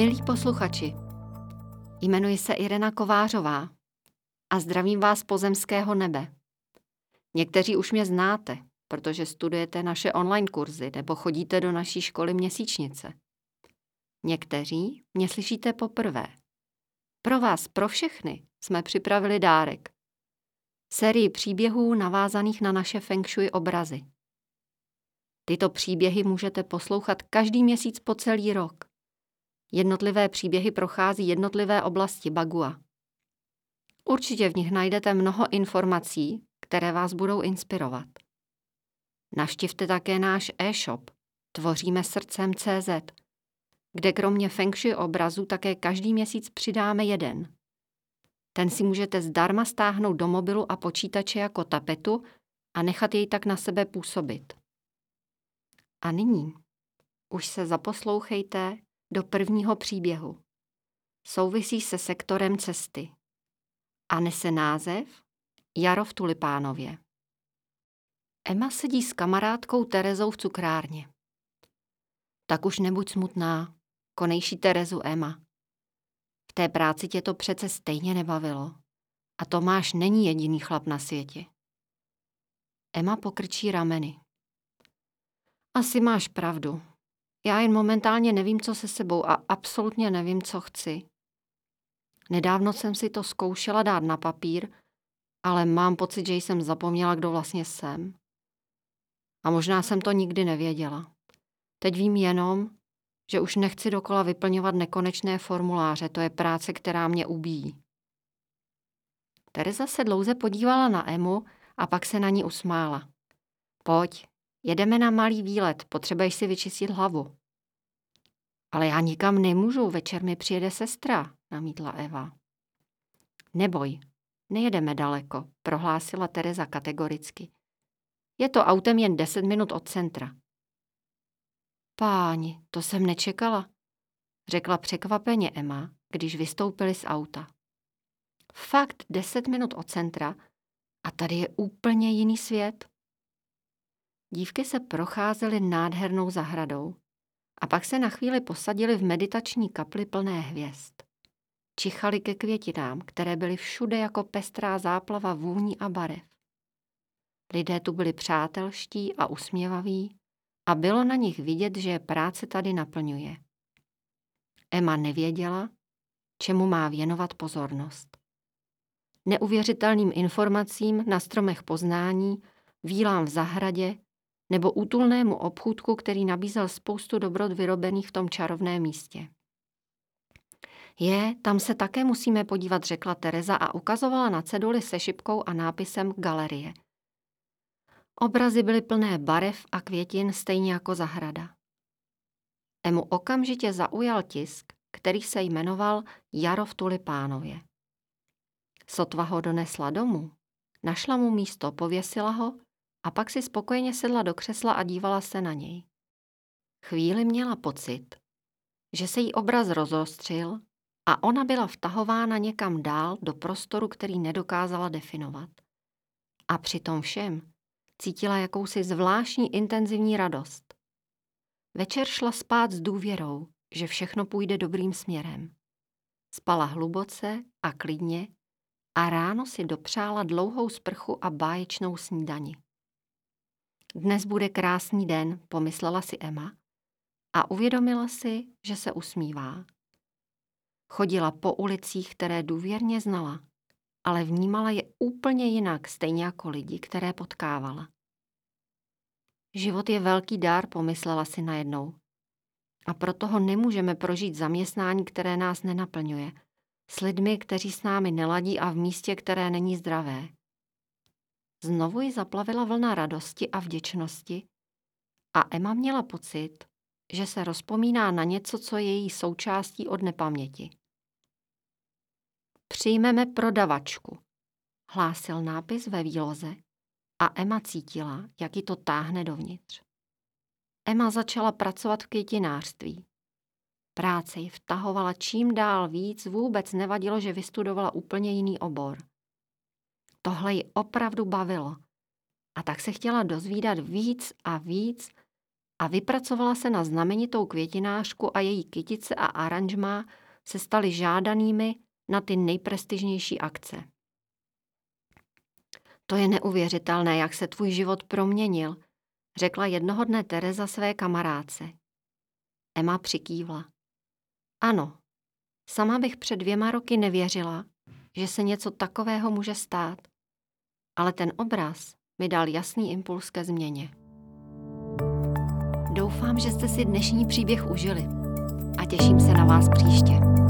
Milí posluchači, jmenuji se Irena Kovářová a zdravím vás z pozemského nebe. Někteří už mě znáte, protože studujete naše online kurzy nebo chodíte do naší školy Měsíčnice. Někteří mě slyšíte poprvé. Pro vás, pro všechny, jsme připravili dárek. Sérii příběhů navázaných na naše feng shui obrazy. Tyto příběhy můžete poslouchat každý měsíc po celý rok. Jednotlivé příběhy prochází jednotlivé oblasti Bagua. Určitě v nich najdete mnoho informací, které vás budou inspirovat. Navštivte také náš e-shop Tvoříme srdcem.cz, kde kromě feng shui obrazů také každý měsíc přidáme jeden. Ten si můžete zdarma stáhnout do mobilu a počítače jako tapetu a nechat jej tak na sebe působit. A nyní už se zaposlouchejte do prvního příběhu. Souvisí se sektorem cesty a nese název Jaro v Tulipánově. Emma sedí s kamarádkou Terezou v cukrárně. Tak už nebuď smutná, konejší Terezu Emma. V té práci tě to přece stejně nebavilo. A Tomáš není jediný chlap na světě. Emma pokrčí rameny. Asi máš pravdu. Já jen momentálně nevím, co se sebou a absolutně nevím, co chci. Nedávno jsem si to zkoušela dát na papír, ale mám pocit, že jsem zapomněla, kdo vlastně jsem. A možná jsem to nikdy nevěděla. Teď vím jenom, že už nechci dokola vyplňovat nekonečné formuláře, to je práce, která mě ubíjí. Tereza se dlouze podívala na Emu a pak se na ní usmála. Pojď, jedeme na malý výlet, potřebuješ si vyčistit hlavu. Ale já nikam nemůžu, večer mi přijede sestra, namítla Eva. Neboj, nejedeme daleko, prohlásila Tereza kategoricky. Je to autem jen 10 minut od centra. Páni, to jsem nečekala, řekla překvapeně Emma, když vystoupili z auta. Fakt 10 minut od centra a tady je úplně jiný svět. Dívky se procházely nádhernou zahradou a pak se na chvíli posadili v meditační kapli plné hvězd. Čichali ke květinám, které byly všude jako pestrá záplava vůní a barev. Lidé tu byli přátelští a usměvaví a bylo na nich vidět, že je práce tady naplňuje. Emma nevěděla, čemu má věnovat pozornost. Neuvěřitelným informacím na stromech poznání, vílám v zahradě nebo útulnému obchůdku, který nabízel spoustu dobrot vyrobených v tom čarovném místě. Tam se také musíme podívat, řekla Tereza a ukazovala na ceduli se šipkou a nápisem Galerie. Obrazy byly plné barev a květin, stejně jako zahrada. Emu okamžitě zaujal tisk, který se jmenoval Jaro v Tulipánově. Sotva ho donesla domů, našla mu místo, pověsila ho a pak si spokojeně sedla do křesla a dívala se na něj. Chvíli měla pocit, že se jí obraz rozostřil a ona byla vtahována někam dál do prostoru, který nedokázala definovat. A při tom všem cítila jakousi zvláštní intenzivní radost. Večer šla spát s důvěrou, že všechno půjde dobrým směrem. Spala hluboce a klidně a ráno si dopřála dlouhou sprchu a báječnou snídani. Dnes bude krásný den, pomyslela si Emma a uvědomila si, že se usmívá. Chodila po ulicích, které důvěrně znala, ale vnímala je úplně jinak, stejně jako lidi, které potkávala. Život je velký dar, pomyslela si najednou. A proto ho nemůžeme prožít zaměstnání, které nás nenaplňuje, s lidmi, kteří s námi neladí a v místě, které není zdravé. Znovu ji zaplavila vlna radosti a vděčnosti a Emma měla pocit, že se rozpomíná na něco, co je její součástí od nepaměti. Přijmeme prodavačku, hlásil nápis ve výloze a Emma cítila, jak ji to táhne dovnitř. Emma začala pracovat v květinářství. Práce ji vtahovala čím dál víc, vůbec nevadilo, že vystudovala úplně jiný obor. Tohle ji opravdu bavilo a tak se chtěla dozvídat víc a víc a vypracovala se na znamenitou květinářku a její kytice a aranžmá se staly žádanými na ty nejprestižnější akce. To je neuvěřitelné, jak se tvůj život proměnil, řekla jednoho dne Tereza své kamarádce. Emma přikývla. Ano, sama bych před 2 roky nevěřila, že se něco takového může stát, ale ten obraz mi dal jasný impuls ke změně. Doufám, že jste si dnešní příběh užili a těším se na vás příště.